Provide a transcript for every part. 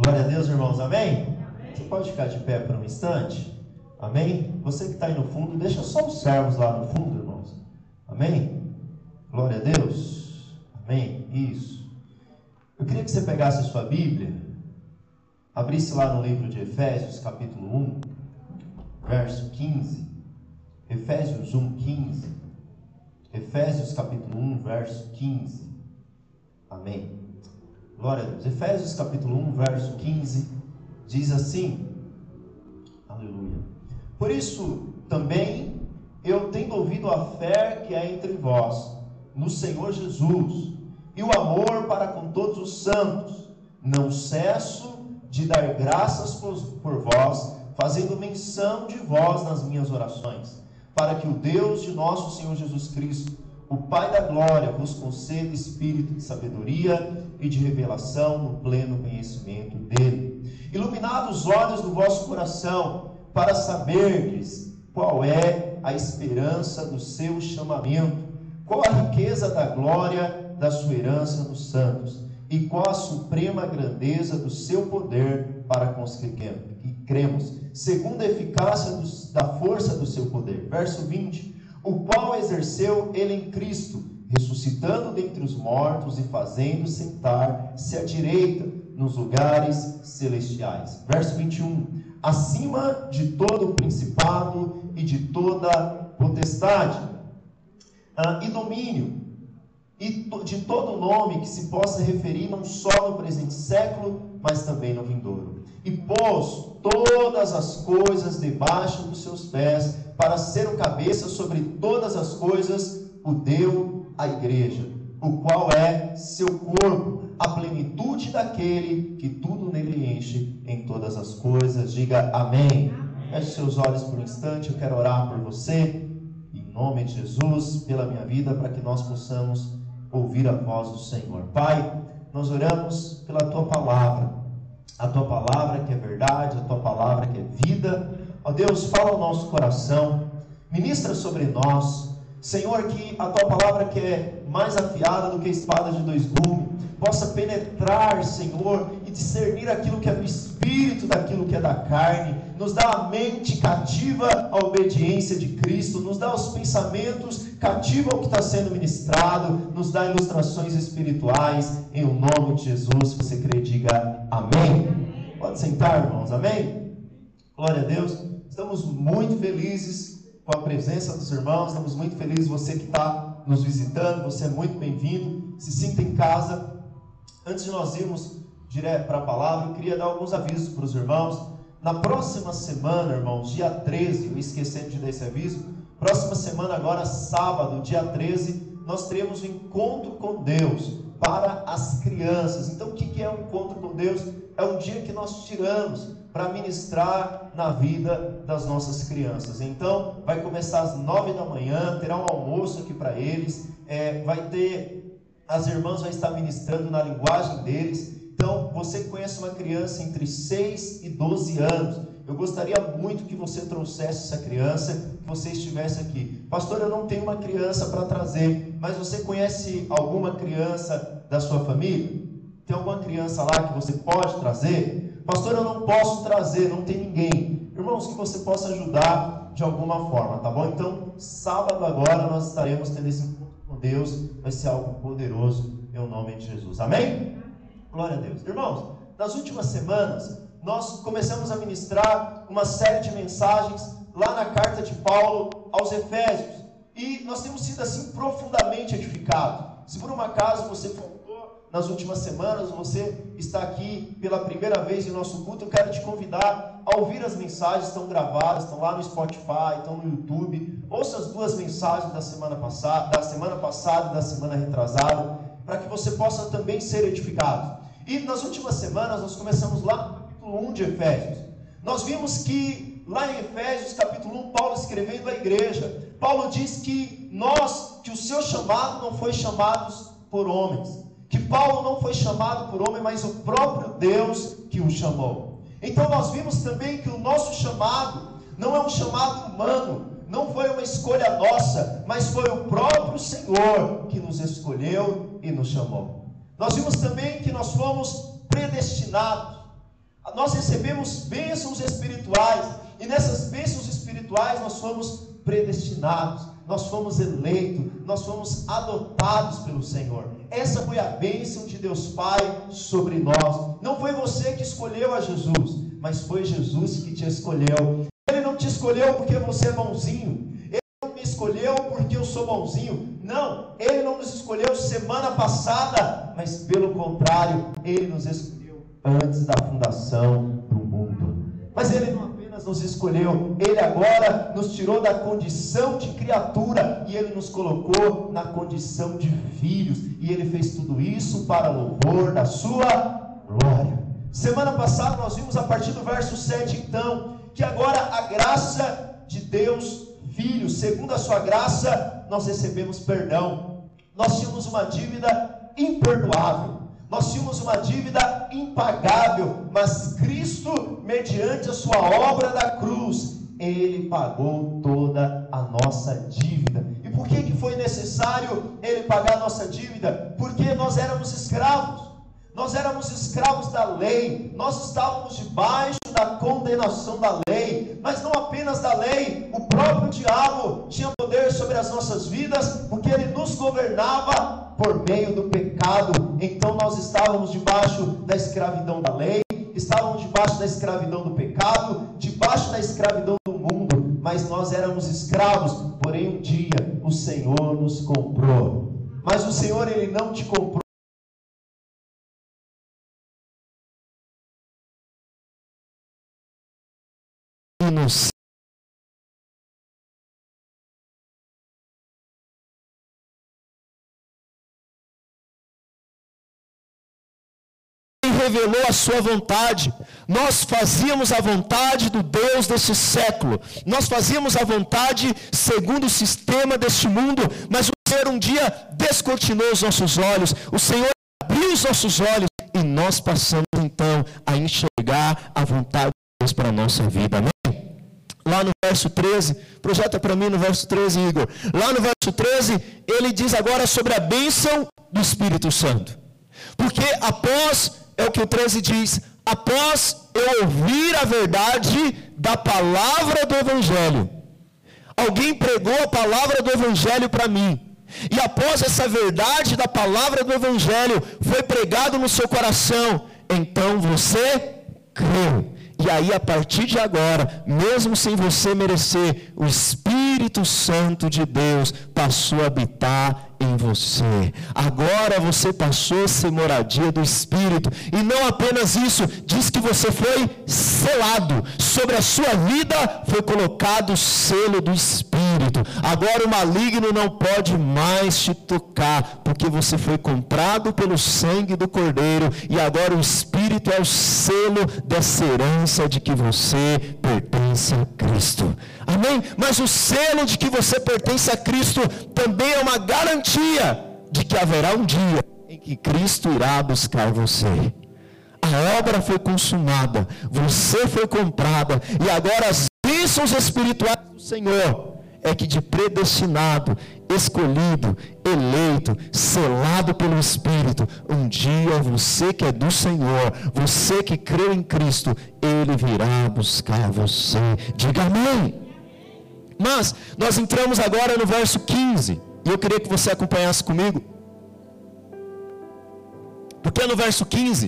Glória a Deus, irmãos, amém? Você pode ficar de pé por um instante? Amém? Você que está aí no fundo, deixa só os servos lá no fundo, irmãos. Amém? Glória a Deus. Amém? Isso. Eu queria que você pegasse a sua Bíblia, abrisse lá no livro de Efésios, capítulo 1, verso 15. Efésios 1, 15. Efésios, capítulo 1, verso 15. Amém. Glória a Deus. Efésios, capítulo 1, verso 15, diz assim: aleluia. Por isso também eu, tendo ouvido a fé que há entre vós no Senhor Jesus e o amor para com todos os santos, não cesso de dar graças por vós, fazendo menção de vós nas minhas orações, para que o Deus de nosso Senhor Jesus Cristo, o Pai da glória, vos conceda espírito de sabedoria e de revelação no pleno conhecimento dele, iluminado os olhos do vosso coração, para saberdes qual é a esperança do seu chamamento, qual a riqueza da glória da sua herança nos santos, e qual a suprema grandeza do seu poder para com os que cremos, segundo a eficácia da força do seu poder. Verso 20: o qual exerceu ele em Cristo, ressuscitando dentre os mortos e fazendo sentar-se à direita nos lugares celestiais. Verso 21: acima de todo o principado e de toda potestade, e domínio, e de todo nome que se possa referir não só no presente século, mas também no vindouro. E pôs todas as coisas debaixo dos seus pés, para ser o cabeça sobre todas as coisas, o deu à igreja, o qual é seu corpo, a plenitude daquele que tudo nele enche em todas as coisas. Diga amém. Feche seus olhos por um instante, eu quero orar por você, em nome de Jesus, pela minha vida, para que nós possamos ouvir a voz do Senhor. Pai, nós oramos pela Tua Palavra, a Tua Palavra que é verdade, a Tua Palavra que é vida. Ó Deus, fala ao nosso coração, ministra sobre nós, Senhor, que a Tua Palavra, que é mais afiada do que a espada de dois gumes, possa penetrar, Senhor, e discernir aquilo que é do Espírito daquilo que é da carne, nos dá a mente cativa à obediência de Cristo, nos dá os pensamentos cativos ao que está sendo ministrado, nos dá ilustrações espirituais, em o nome de Jesus. Se você crê, diga amém. Pode sentar, irmãos, amém? Glória a Deus. Estamos muito felizes com a presença dos irmãos, estamos muito felizes, você que está nos visitando, você é muito bem-vindo, se sinta em casa. Antes de nós irmos direto para a palavra, eu queria dar alguns avisos para os irmãos. Na próxima semana, irmãos, dia 13, eu esquecendo de dar esse aviso, próxima semana agora, sábado, dia 13, nós teremos um encontro com Deus para as crianças. Então, o que é um encontro com Deus? É um dia que nós tiramos para ministrar na vida das nossas crianças. Então, vai começar às 9 da manhã, terá um almoço aqui para eles, as irmãs vão estar ministrando na linguagem deles. Então, você que conhece uma criança entre 6 e 12 anos, eu gostaria muito que você trouxesse essa criança, que você estivesse aqui. Pastor, eu não tenho uma criança para trazer, mas você conhece alguma criança da sua família? Tem alguma criança lá que você pode trazer? Pastor, eu não posso trazer, não tem ninguém. Irmãos, que você possa ajudar de alguma forma, tá bom? Então, sábado agora nós estaremos tendo esse encontro com Deus, vai ser algo poderoso, em nome de Jesus. Amém? Glória a Deus. Irmãos, nas últimas semanas, nós começamos a ministrar uma série de mensagens lá na carta de Paulo aos Efésios. E nós temos sido assim profundamente edificados. Se por um acaso você faltou nas últimas semanas, você está aqui pela primeira vez em nosso culto, eu quero te convidar a ouvir as mensagens, estão gravadas, estão lá no Spotify, estão no YouTube. Ouça as duas mensagens da semana passada e da semana retrasada, para que você possa também ser edificado. E nas últimas semanas nós começamos lá no capítulo 1 de Efésios. Nós vimos que lá em Efésios capítulo 1, Paulo escrevendo à igreja, Paulo diz que o seu chamado não foi chamado por homens, que Paulo não foi chamado por homem, mas o próprio Deus que o chamou. Então nós vimos também que o nosso chamado não é um chamado humano, não foi uma escolha nossa, mas foi o próprio Senhor que nos escolheu e nos chamou. Nós vimos também que nós fomos predestinados. Nós recebemos bênçãos espirituais, e nessas bênçãos espirituais nós fomos predestinados, nós fomos eleitos, nós fomos adotados pelo Senhor. Essa foi a bênção de Deus Pai sobre nós. Não foi você que escolheu a Jesus, mas foi Jesus que te escolheu. Ele não te escolheu porque você é bonzinho, Ele não me escolheu porque eu sou bonzinho, não, Ele não nos escolheu semana passada, mas pelo contrário, Ele nos escolheu antes da fundação do mundo. Mas Ele não apenas nos escolheu, Ele agora nos tirou da condição de criatura e Ele nos colocou na condição de filhos, e Ele fez tudo isso para louvor da sua glória. Semana passada nós vimos a partir do verso 7 então, que agora a graça de Deus Filho, segundo a sua graça, nós recebemos perdão. Nós tínhamos uma dívida imperdoável, nós tínhamos uma dívida impagável, mas Cristo, mediante a sua obra da cruz, Ele pagou toda a nossa dívida. E por que foi necessário Ele pagar a nossa dívida? Porque nós éramos escravos. Nós éramos escravos da lei, nós estávamos debaixo da condenação da lei, mas não apenas da lei, o próprio diabo tinha poder sobre as nossas vidas, porque ele nos governava por meio do pecado. Então nós estávamos debaixo da escravidão da lei, estávamos debaixo da escravidão do pecado, debaixo da escravidão do mundo, mas nós éramos escravos. Porém um dia o Senhor nos comprou. Mas o Senhor, Ele não te comprou e nos revelou a sua vontade. Nós fazíamos a vontade do Deus desse século, nós fazíamos a vontade segundo o sistema deste mundo, mas o Senhor um dia descortinou os nossos olhos, o Senhor abriu os nossos olhos, e nós passamos então a enxergar a vontade de Deus para a nossa vida. Amém? Lá no verso 13, projeta para mim no verso 13, Igor. Lá no verso 13, ele diz agora sobre a bênção do Espírito Santo. Porque após, é o que o 13 diz, após eu ouvir a verdade da palavra do Evangelho. Alguém pregou a palavra do Evangelho para mim. E após essa verdade da palavra do Evangelho foi pregado no seu coração, então você creu. E aí, a partir de agora, mesmo sem você merecer, o Espírito Santo de Deus passou a habitar em você. Agora você passou a ser moradia do Espírito. E não apenas isso, diz que você foi selado. Sobre a sua vida foi colocado o selo do Espírito. Agora o maligno não pode mais te tocar, porque você foi comprado pelo sangue do Cordeiro. E agora o Espírito é o selo dessa herança de que você pertence a Cristo. Amém? Mas o selo de que você pertence a Cristo também é uma garantia de que haverá um dia em que Cristo irá buscar você. A obra foi consumada, você foi comprada, e agora as bênçãos espirituais do Senhor é que de predestinado, escolhido, eleito, selado pelo Espírito, um dia você que é do Senhor, você que creu em Cristo, Ele virá buscar você. Diga amém. Mas nós entramos agora no verso 15, e eu queria que você acompanhasse comigo, porque no verso 15,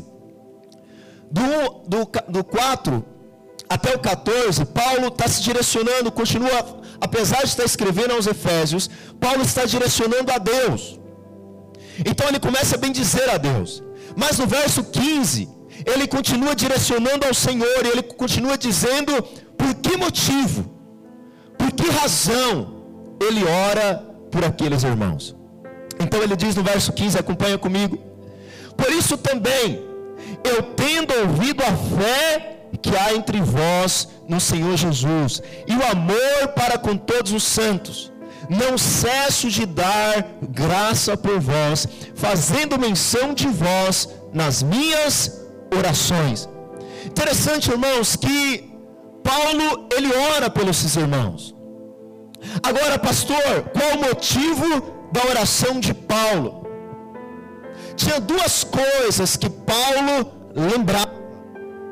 do 4 até o 14, Paulo está se direcionando, continua, apesar de estar escrevendo aos Efésios, Paulo está direcionando a Deus. Então ele começa a bendizer a Deus, mas no verso 15, ele continua direcionando ao Senhor, e ele continua dizendo por que motivo, por que razão ele ora por aqueles irmãos. Então ele diz no verso 15, acompanha comigo: por isso também, eu tendo ouvido a fé que há entre vós no Senhor Jesus, e o amor para com todos os santos, não cesso de dar graça por vós, fazendo menção de vós nas minhas orações. Interessante, irmãos, que Paulo, ele ora pelos seus irmãos. Agora, pastor, qual o motivo da oração de Paulo? Tinha duas coisas que Paulo lembrava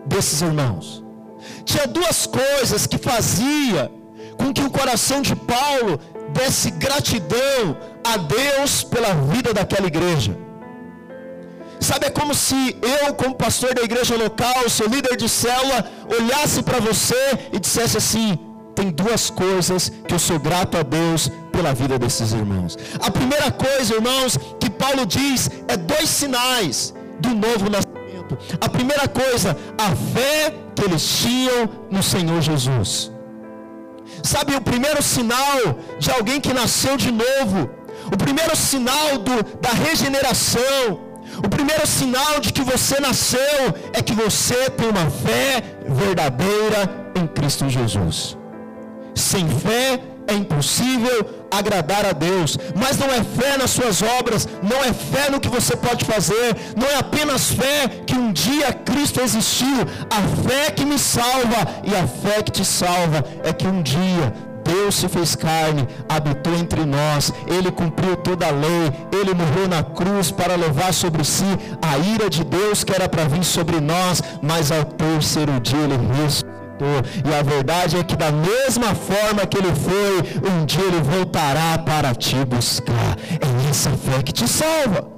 desses irmãos. Tinha duas coisas que fazia com que o coração de Paulo desse gratidão a Deus pela vida daquela igreja. Sabe, é como se eu, como pastor da igreja local, seu líder de célula, olhasse para você e dissesse assim: tem duas coisas que eu sou grato a Deus pela vida desses irmãos. A primeira coisa, irmãos, que Paulo diz, é dois sinais do novo nascimento. A primeira coisa, a fé que eles tinham no Senhor Jesus. Sabe, o primeiro sinal de alguém que nasceu de novo, o primeiro sinal da regeneração, o primeiro sinal de que você nasceu, é que você tem uma fé verdadeira em Cristo Jesus. Sem fé é impossível agradar a Deus. Mas não é fé nas suas obras, não é fé no que você pode fazer, não é apenas fé que um dia Cristo existiu. A fé que me salva e a fé que te salva é que um dia Deus se fez carne, habitou entre nós, Ele cumpriu toda a lei, Ele morreu na cruz para levar sobre si a ira de Deus que era para vir sobre nós, mas ao terceiro dia Ele ressuscitou. E a verdade é que da mesma forma que Ele foi, um dia Ele voltará para te buscar. É essa fé que te salva.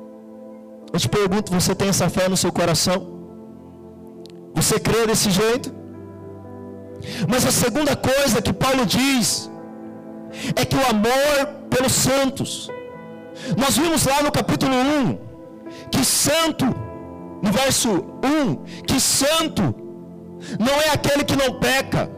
Eu te pergunto, você tem essa fé no seu coração? Você crê desse jeito? Mas a segunda coisa que Paulo diz é que o amor pelos santos. Nós vimos lá no capítulo 1 que santo, no verso 1, que santo não é aquele que não peca.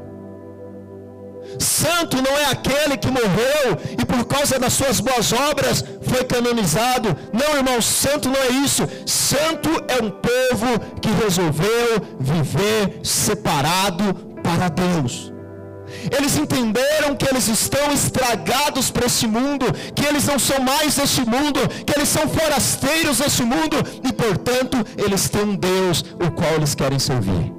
Santo não é aquele que morreu e por causa das suas boas obras foi canonizado. Não, irmão, santo não é isso. Santo é um povo que resolveu viver separado para Deus. Eles entenderam que eles estão estragados para esse mundo, que eles não são mais deste mundo, que eles são forasteiros deste mundo e portanto eles têm um Deus o qual eles querem servir.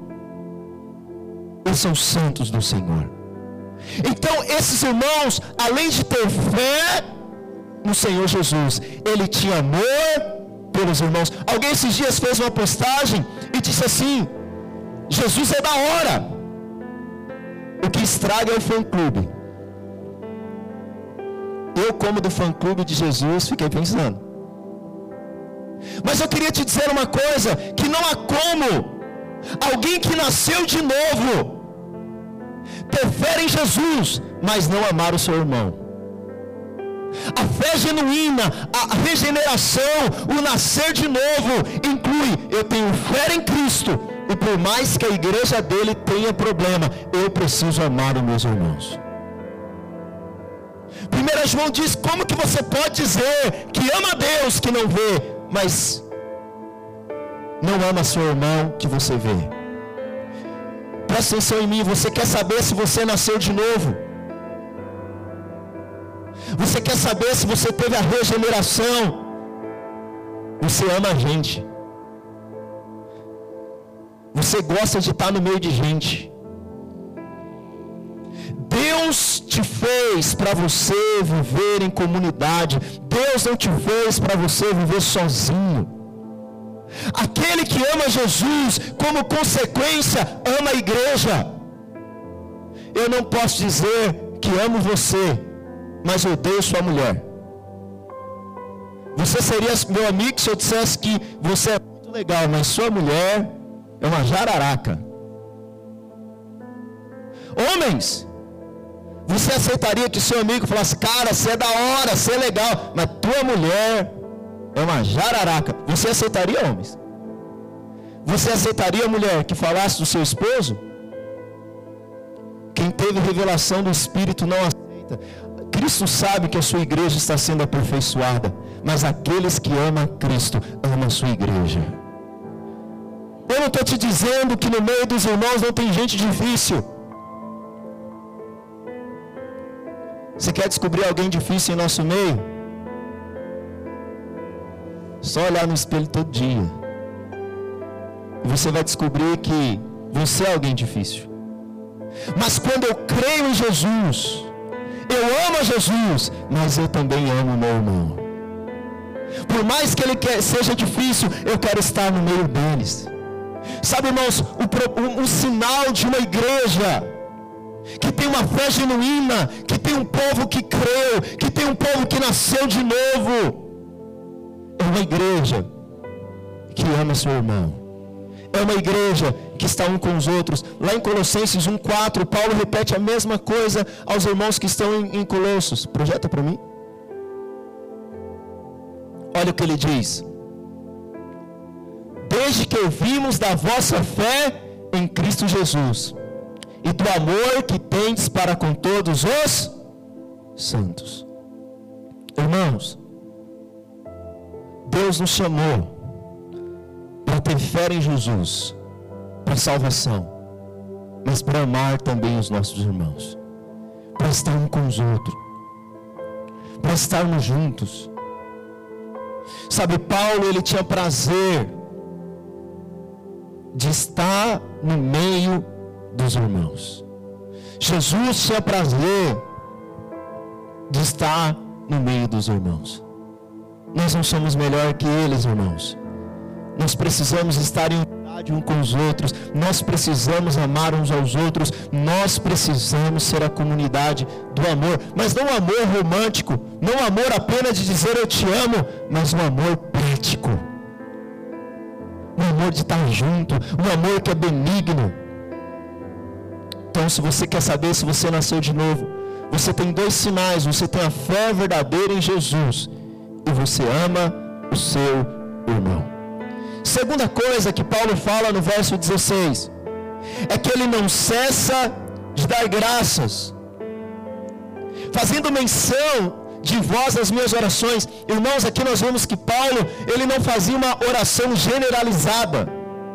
Eles são santos do Senhor. Então esses irmãos, além de ter fé no Senhor Jesus, ele tinha amor pelos irmãos. Alguém esses dias fez uma postagem e disse assim: Jesus é da hora, o que estraga é o fã-clube. Eu, como do fã-clube de Jesus, fiquei pensando. Mas eu queria te dizer uma coisa, que não há como alguém que nasceu de novo ter fé em Jesus, mas não amar o seu irmão. A fé genuína, a regeneração, o nascer de novo, inclui: eu tenho fé em Cristo, e por mais que a igreja dele tenha problema, eu preciso amar os meus irmãos. 1 João diz: como que você pode dizer que ama a Deus que não vê, mas não ama seu irmão que você vê? Presta atenção em mim. Você quer saber se você nasceu de novo? Você quer saber se você teve a regeneração? Você ama a gente. Você gosta de estar no meio de gente. Deus te fez para você viver em comunidade. Deus não te fez para você viver sozinho. Aquele que ama Jesus, como consequência, ama a igreja. Eu não posso dizer que amo você, mas odeio sua mulher. Você seria meu amigo se eu dissesse que você é muito legal, mas sua mulher é uma jararaca. Homens, você aceitaria que seu amigo falasse: cara, você é da hora, você é legal, mas tua mulher é uma jararaca? Você aceitaria, homens? Você aceitaria, mulher, que falasse do seu esposo? Quem teve revelação do Espírito não aceita. Cristo sabe que a sua igreja está sendo aperfeiçoada, mas aqueles que amam Cristo amam a sua igreja. Eu não estou te dizendo que no meio dos irmãos não tem gente difícil. Você quer descobrir alguém difícil em nosso meio? Só olhar no espelho todo dia, e você vai descobrir que você é alguém difícil. Mas quando eu creio em Jesus, eu amo a Jesus, mas eu também amo o meu irmão. Por mais que ele seja difícil, eu quero estar no meio deles. Sabe, irmãos, um sinal de uma igreja que tem uma fé genuína, que tem um povo que creu, que tem um povo que nasceu de novo, é uma igreja que ama seu irmão. É uma igreja que está um com os outros. Lá em Colossenses 1:4, Paulo repete a mesma coisa aos irmãos que estão em Colossos. Projeta para mim. Olha o que ele diz: desde que ouvimos da vossa fé em Cristo Jesus e do amor que tendes para com todos os santos. Irmãos, Deus nos chamou para ter fé em Jesus, para salvação, mas para amar também os nossos irmãos, para estar um com os outros, para estarmos juntos. Sabe, Paulo, ele tinha prazer de estar no meio dos irmãos. Jesus tinha prazer de estar no meio dos irmãos. Nós não somos melhor que eles, irmãos. Nós precisamos estar em unidade um com os outros. Nós precisamos amar uns aos outros. Nós precisamos ser a comunidade do amor. Mas não um amor romântico, não um amor apenas de dizer eu te amo, mas um amor prático. Um amor de estar junto, um amor que é benigno. Então, se você quer saber se você nasceu de novo, você tem 2 sinais: você tem a fé verdadeira em Jesus e você ama o seu irmão. Segunda coisa que Paulo fala no verso 16 é que ele não cessa de dar graças, fazendo menção de vós as minhas orações. Irmãos, aqui nós vemos que Paulo, ele não fazia uma oração generalizada.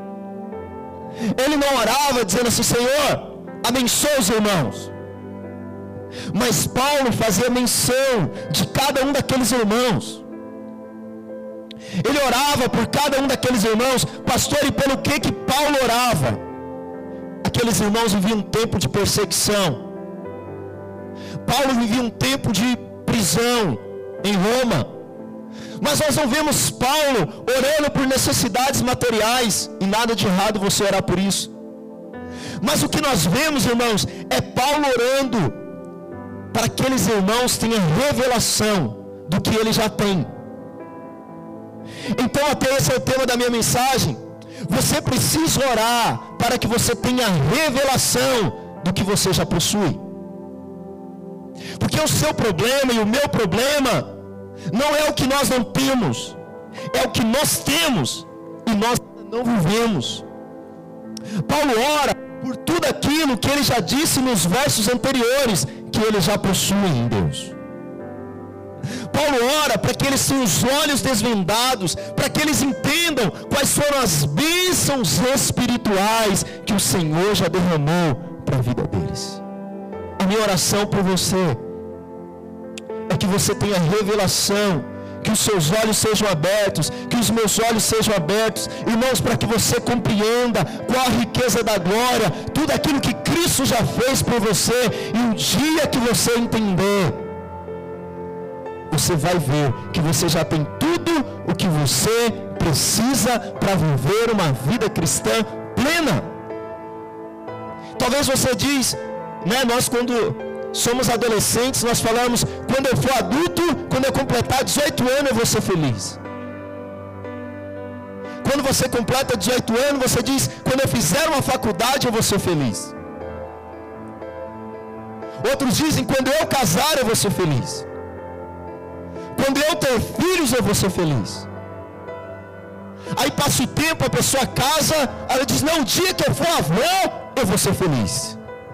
Ele não orava dizendo assim: Senhor, abençoa os irmãos. Mas Paulo fazia menção de cada um daqueles irmãos. Ele orava por cada um daqueles irmãos. Pastor, e pelo que Paulo orava? Aqueles irmãos viviam um tempo de perseguição. Paulo vivia um tempo de prisão em Roma. Mas nós não vemos Paulo orando por necessidades materiais, e nada de errado você orar por isso. Mas o que nós vemos, irmãos, é Paulo orando para que aqueles irmãos tenham revelação do que ele já tem. Então, até esse é o tema da minha mensagem. Você precisa orar para que você tenha revelação do que você já possui. Porque o seu problema e o meu problema não é o que nós não temos, é o que nós temos e nós não vivemos. Paulo ora por tudo aquilo que ele já disse nos versos anteriores, que ele já possui em Deus. Paulo ora para que eles tenham os olhos desvendados, para que eles entendam quais foram as bênçãos espirituais que o Senhor já derramou para a vida deles. A minha oração por você é que você tenha revelação, que os seus olhos sejam abertos, que os meus olhos sejam abertos, irmãos, para que você compreenda qual a riqueza da glória, tudo aquilo que Cristo já fez por você, e um dia que você entender, você vai ver que você já tem tudo o que você precisa para viver uma vida cristã plena. Talvez você diz, né, nós quando somos adolescentes, nós falamos, quando eu for adulto, quando eu completar 18 anos, eu vou ser feliz. Quando você completa 18 anos, você diz, quando eu fizer uma faculdade, eu vou ser feliz. Outros dizem, quando eu casar, eu vou ser feliz. Quando eu ter filhos, eu vou ser feliz. Aí passa o tempo, a pessoa casa, ela diz, não, o dia que eu for avó, eu vou ser feliz.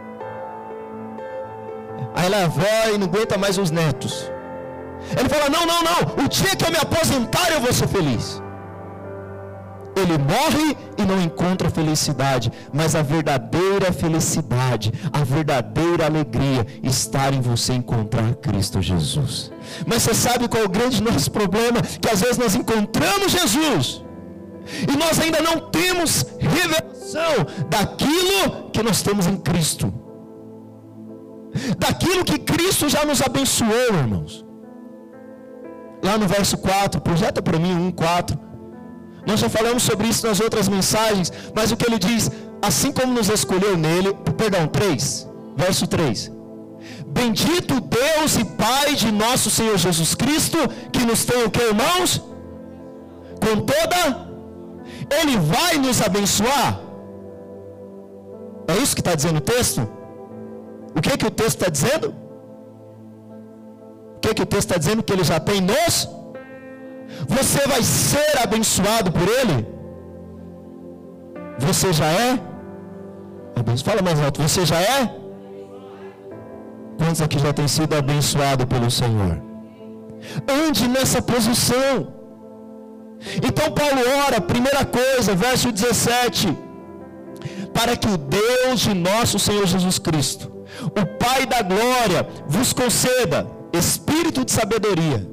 Aí ela é avó e não aguenta mais os netos. Ele fala, não, o dia que eu me aposentar, eu vou ser feliz. Ele morre e não encontra felicidade, mas a verdadeira felicidade, a verdadeira alegria está em você encontrar Cristo Jesus. Mas você sabe qual é o grande nosso problema? Que às vezes nós encontramos Jesus e nós ainda não temos revelação daquilo que nós temos em Cristo, daquilo que Cristo já nos abençoou, irmãos. Lá no verso 4, projeta para mim 1:4. Nós já falamos sobre isso nas outras mensagens, mas o que ele diz, assim como nos escolheu nele, 3, verso 3. Bendito Deus e Pai de nosso Senhor Jesus Cristo, que nos tem o que, irmãos? Com toda, Ele vai nos abençoar. É isso que está dizendo o texto? O que o texto está dizendo? O que o texto está dizendo? Que Ele já tem nos? Você vai ser abençoado por Ele? Você já é? Fala mais alto, você já é? Quantos aqui já têm sido abençoados pelo Senhor? Ande nessa posição. Então Paulo ora, primeira coisa, verso 17, para que o Deus de nosso Senhor Jesus Cristo, o Pai da glória, vos conceda espírito de sabedoria.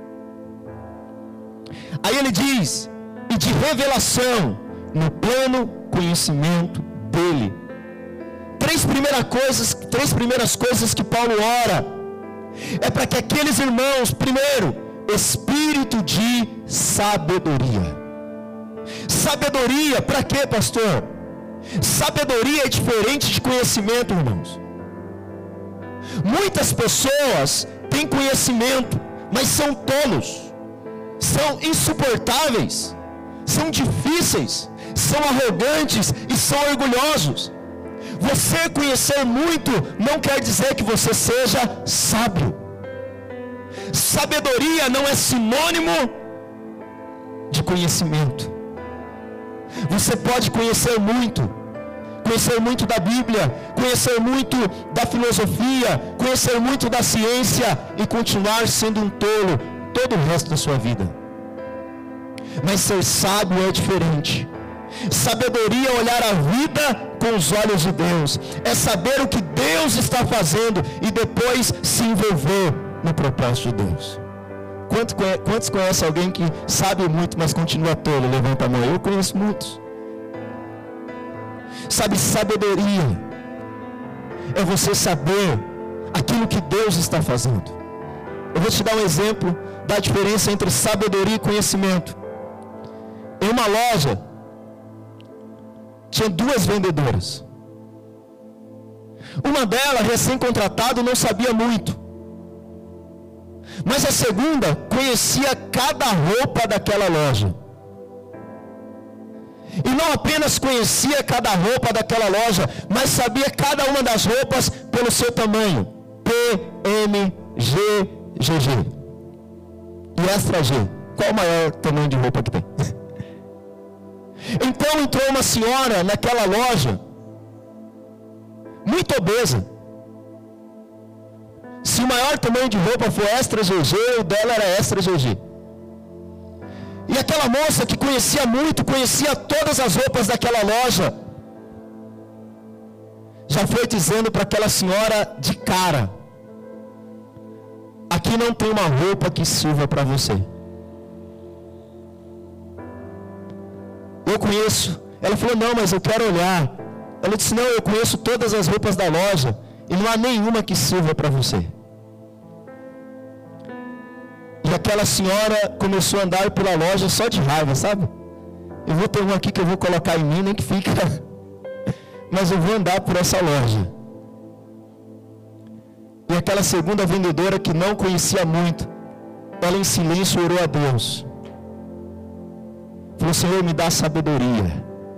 Aí ele diz, e de revelação no pleno conhecimento dele. Três primeiras coisas que Paulo ora é para que aqueles irmãos, primeiro, espírito de sabedoria. Sabedoria para quê, pastor? Sabedoria é diferente de conhecimento, irmãos. Muitas pessoas têm conhecimento, mas são tolos, são insuportáveis, são difíceis, são arrogantes e são orgulhosos. Você conhecer muito não quer dizer que você seja sábio. Sabedoria não é sinônimo de conhecimento. Você pode conhecer muito da Bíblia, conhecer muito da filosofia, conhecer muito da ciência e continuar sendo um tolo todo o resto da sua vida. Mas ser sábio é diferente. Sabedoria é olhar a vida com os olhos de Deus, é saber o que Deus está fazendo e depois se envolver no propósito de Deus. Quantos conhecem alguém que sabe muito, mas continua tolo? Levanta a mão. Eu conheço muitos. Sabe, sabedoria é você saber aquilo que Deus está fazendo. Eu vou te dar um exemplo da diferença entre sabedoria e conhecimento. Em uma loja tinha 2 vendedoras. Uma delas, recém-contratada, não sabia muito. Mas a segunda conhecia cada roupa daquela loja. E não apenas conhecia cada roupa daquela loja, mas sabia cada uma das roupas pelo seu tamanho. P, M, G, GG. E extra G. Qual o maior tamanho de roupa que tem? Então entrou uma senhora naquela loja, muito obesa. Se o maior tamanho de roupa for extra GG, o dela era extra GG. E aquela moça que conhecia muito, conhecia todas as roupas daquela loja, já foi dizendo para aquela senhora de cara: aqui não tem uma roupa que sirva para você. Eu conheço. Ela falou: não, mas eu quero olhar. Ela disse: não, eu conheço todas as roupas da loja e não há nenhuma que sirva para você. E aquela senhora começou a andar pela loja só de raiva, sabe? Eu vou ter uma aqui que eu vou colocar em mim, nem que fica, mas eu vou andar por essa loja. E aquela segunda vendedora que não conhecia muito, ela em silêncio orou a Deus. Falou: Senhor, me dá sabedoria.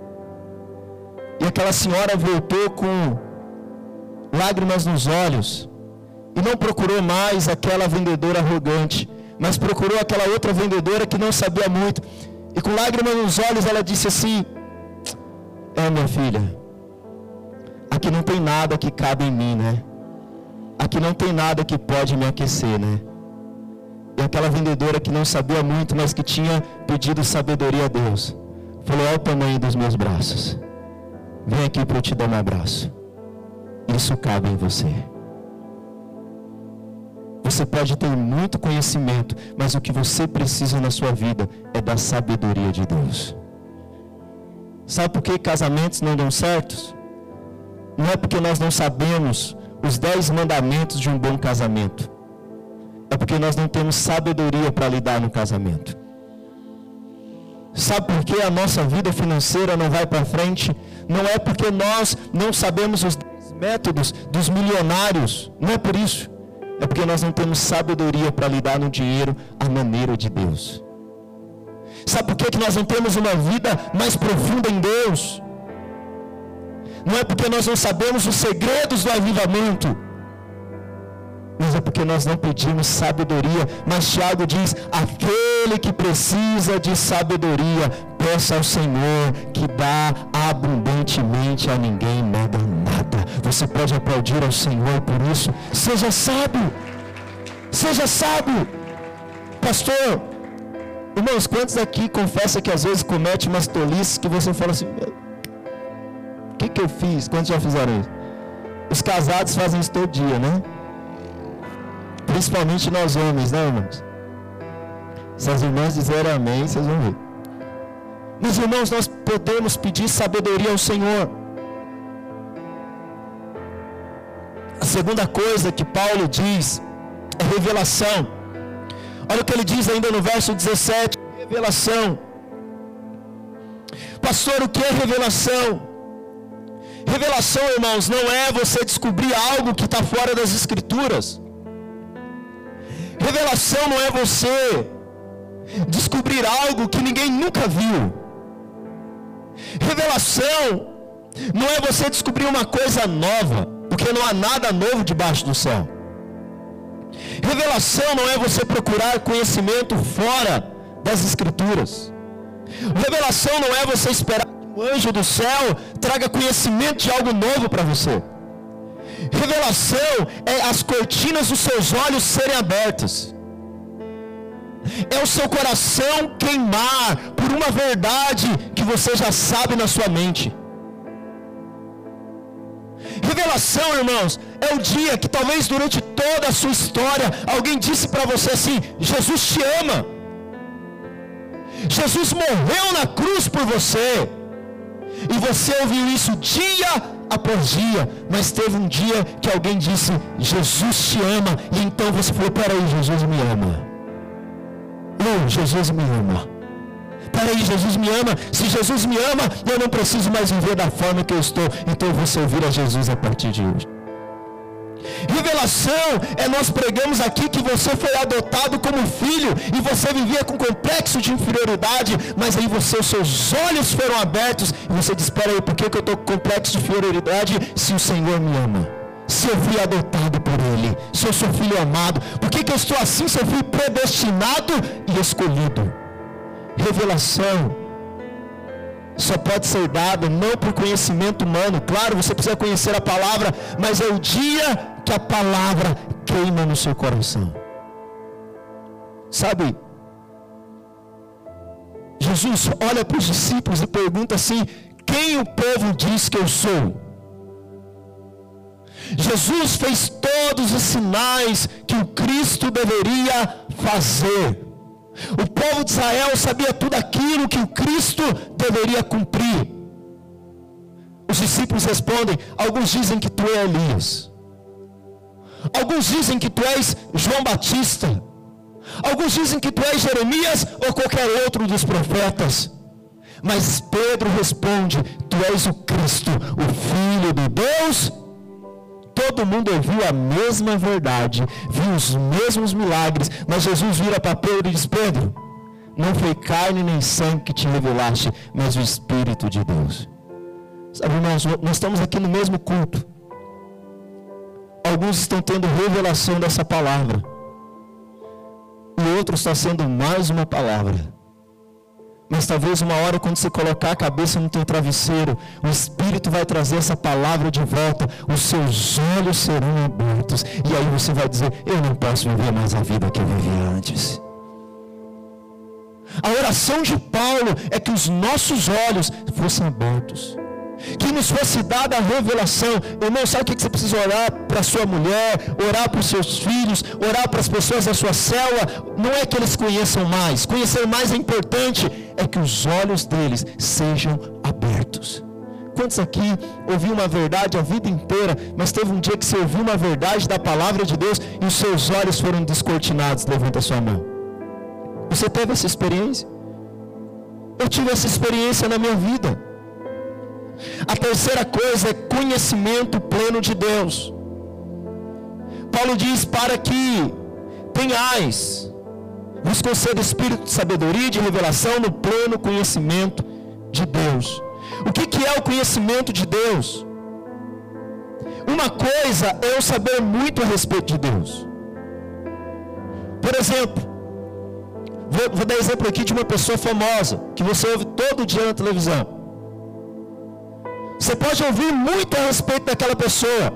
E aquela senhora voltou com lágrimas nos olhos e não procurou mais aquela vendedora arrogante, mas procurou aquela outra vendedora que não sabia muito. E com lágrimas nos olhos ela disse assim: minha filha, aqui não tem nada que cabe em mim, né? Aqui não tem nada que pode me aquecer, né? E aquela vendedora que não sabia muito, mas que tinha pedido sabedoria a Deus, falou: olha o tamanho dos meus braços, vem aqui para eu te dar um abraço. Isso cabe em você. Você pode ter muito conhecimento, mas o que você precisa na sua vida é da sabedoria de Deus. Sabe por que casamentos não dão certos? Não é porque nós não sabemos os 10 mandamentos de um bom casamento. É porque nós não temos sabedoria para lidar no casamento. Sabe por que a nossa vida financeira não vai para frente? Não é porque nós não sabemos os métodos dos milionários. Não é por isso. É porque nós não temos sabedoria para lidar no dinheiro à maneira de Deus. Sabe por que nós não temos uma vida mais profunda em Deus? Não é porque nós não sabemos os segredos do avivamento, mas é porque nós não pedimos sabedoria. Mas Tiago diz: aquele que precisa de sabedoria, peça ao Senhor, que dá abundantemente, a ninguém nega nada. Você pode aplaudir ao Senhor por isso. Seja sábio, seja sábio. Pastor, irmãos, quantos aqui confessam que às vezes comete umas tolices que você fala assim: o que eu fiz? Quantos já fizeram isso? Os casados fazem isso todo dia, né? Principalmente nós homens, né, irmãos? Se as irmãs disserem amém, vocês vão ver. Meus irmãos, nós podemos pedir sabedoria ao Senhor. A segunda coisa que Paulo diz é revelação. Olha o que ele diz ainda no verso 17: revelação. Pastor, o que é revelação? Revelação, irmãos, não é você descobrir algo que está fora das Escrituras. Revelação não é você descobrir algo que ninguém nunca viu. Revelação não é você descobrir uma coisa nova, porque não há nada novo debaixo do céu. Revelação não é você procurar conhecimento fora das Escrituras. Revelação não é você esperar que o anjo do céu traga conhecimento de algo novo para você. Revelação é as cortinas dos seus olhos serem abertas. É o seu coração queimar por uma verdade que você já sabe na sua mente. Revelação, irmãos, é o dia que talvez durante toda a sua história alguém disse para você assim: Jesus te ama. Jesus morreu na cruz por você. E você ouviu isso dia após dia, mas teve um dia que alguém disse: Jesus te ama. E então você falou: peraí, Jesus me ama. Jesus me ama. Peraí, Jesus me ama. Se Jesus me ama, eu não preciso mais viver da forma que eu estou. Então eu vou servir a Jesus a partir de hoje. Revelação é nós pregamos aqui que você foi adotado como filho e você vivia com complexo de inferioridade, mas aí os seus olhos foram abertos e você diz: espera aí, por que eu estou com complexo de inferioridade se o Senhor me ama? Se eu fui adotado por Ele, se eu sou filho amado, por que eu estou assim se eu fui predestinado e escolhido? Revelação só pode ser dada não por conhecimento humano. Claro, você precisa conhecer a palavra, mas é o dia que a palavra queima no seu coração. Sabe, Jesus olha para os discípulos e pergunta assim: quem o povo diz que eu sou? Jesus fez todos os sinais que o Cristo deveria fazer. O povo de Israel sabia tudo aquilo que o Cristo deveria cumprir. Os discípulos respondem: alguns dizem que tu és Elias, alguns dizem que tu és João Batista, alguns dizem que tu és Jeremias ou qualquer outro dos profetas. Mas Pedro responde: tu és o Cristo, o Filho de Deus. Todo mundo ouviu a mesma verdade, viu os mesmos milagres, mas Jesus vira para Pedro e diz: Pedro, não foi carne nem sangue que te revelaste, mas o Espírito de Deus. Sabe, irmãos, nós estamos aqui no mesmo culto. Alguns estão tendo revelação dessa palavra, e outros está sendo mais uma palavra. Mas talvez uma hora, quando você colocar a cabeça no teu travesseiro, o Espírito vai trazer essa palavra de volta, os seus olhos serão abertos, e aí você vai dizer: eu não posso viver mais a vida que eu vivia antes. A oração de Paulo é que os nossos olhos fossem abertos, que nos fosse dada a revelação. Irmão, sabe o que você precisa orar para sua mulher, orar para os seus filhos, orar para as pessoas da sua célula? Não é que eles conheçam mais, conhecer mais é importante, é que os olhos deles sejam abertos. Quantos aqui ouviu uma verdade a vida inteira, mas teve um dia que você ouviu uma verdade da palavra de Deus e os seus olhos foram descortinados? Levanta a sua mão. Você teve essa experiência? Eu tive essa experiência na minha vida. A terceira coisa é conhecimento pleno de Deus. Paulo diz: para que tenhais, vos conceda espírito de sabedoria e de revelação no pleno conhecimento de Deus. O que é o conhecimento de Deus? Uma coisa é eu saber muito a respeito de Deus. Por exemplo, vou dar exemplo aqui de uma pessoa famosa, que você ouve todo dia na televisão. Você pode ouvir muito a respeito daquela pessoa.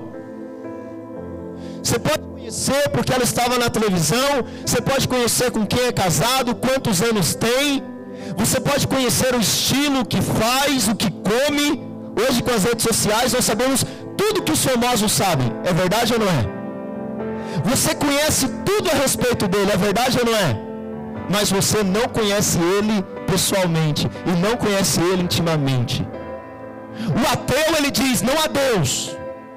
Você pode conhecer porque ela estava na televisão. Você pode conhecer com quem é casado, quantos anos tem. Você pode conhecer o estilo que faz, o que come. Hoje com as redes sociais nós sabemos tudo que os famosos sabem. É verdade ou não é? Você conhece tudo a respeito dele. É verdade ou não é? Mas você não conhece ele pessoalmente e não conhece ele intimamente. O ateu, ele diz: não há Deus.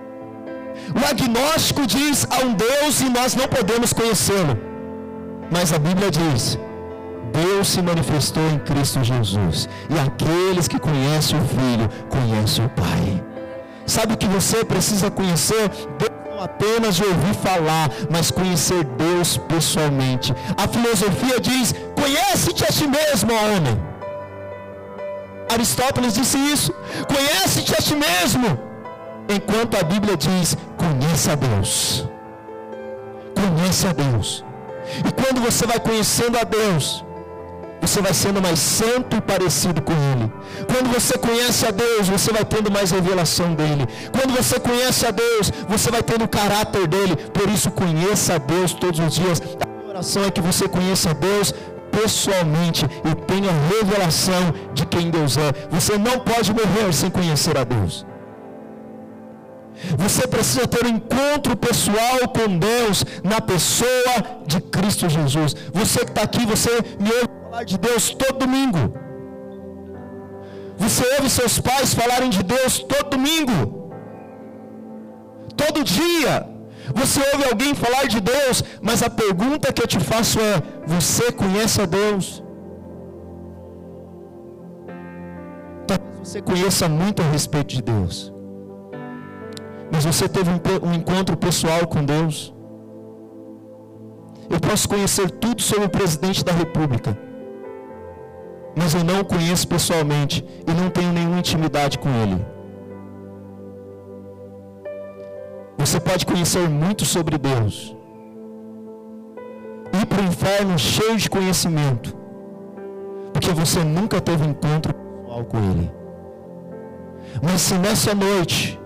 O agnóstico diz: há um Deus e nós não podemos conhecê-lo. Mas a Bíblia diz: Deus se manifestou em Cristo Jesus, e aqueles que conhecem o Filho, conhecem o Pai. Sabe o que você precisa conhecer? Deus não apenas de ouvir falar, mas conhecer Deus pessoalmente. A filosofia diz: conhece-te a ti mesmo, ó homem. Aristóteles disse isso: conhece-te a ti mesmo. Enquanto a Bíblia diz: conheça a Deus. Conhece a Deus. E quando você vai conhecendo a Deus, você vai sendo mais santo e parecido com Ele. Quando você conhece a Deus, você vai tendo mais revelação dEle. Quando você conhece a Deus, você vai tendo o caráter dEle. Por isso, conheça a Deus todos os dias. A minha oração é que você conheça a Deus pessoalmente e tenha revelação de quem Deus é. Você não pode morrer sem conhecer a Deus. Você precisa ter um encontro pessoal com Deus na pessoa de Cristo Jesus. Você que está aqui, você me ouve falar de Deus todo domingo. Você ouve seus pais falarem de Deus todo domingo. Todo dia você ouve alguém falar de Deus, mas a pergunta que eu te faço é: você conhece a Deus? Talvez você conheça muito a respeito de Deus, mas você teve um encontro pessoal com Deus? Eu posso conhecer tudo sobre o presidente da República, mas eu não o conheço pessoalmente e não tenho nenhuma intimidade com ele. Você pode conhecer muito sobre Deus, ir para o inferno cheio de conhecimento, porque você nunca teve encontro pessoal com Ele. Mas se nessa noite,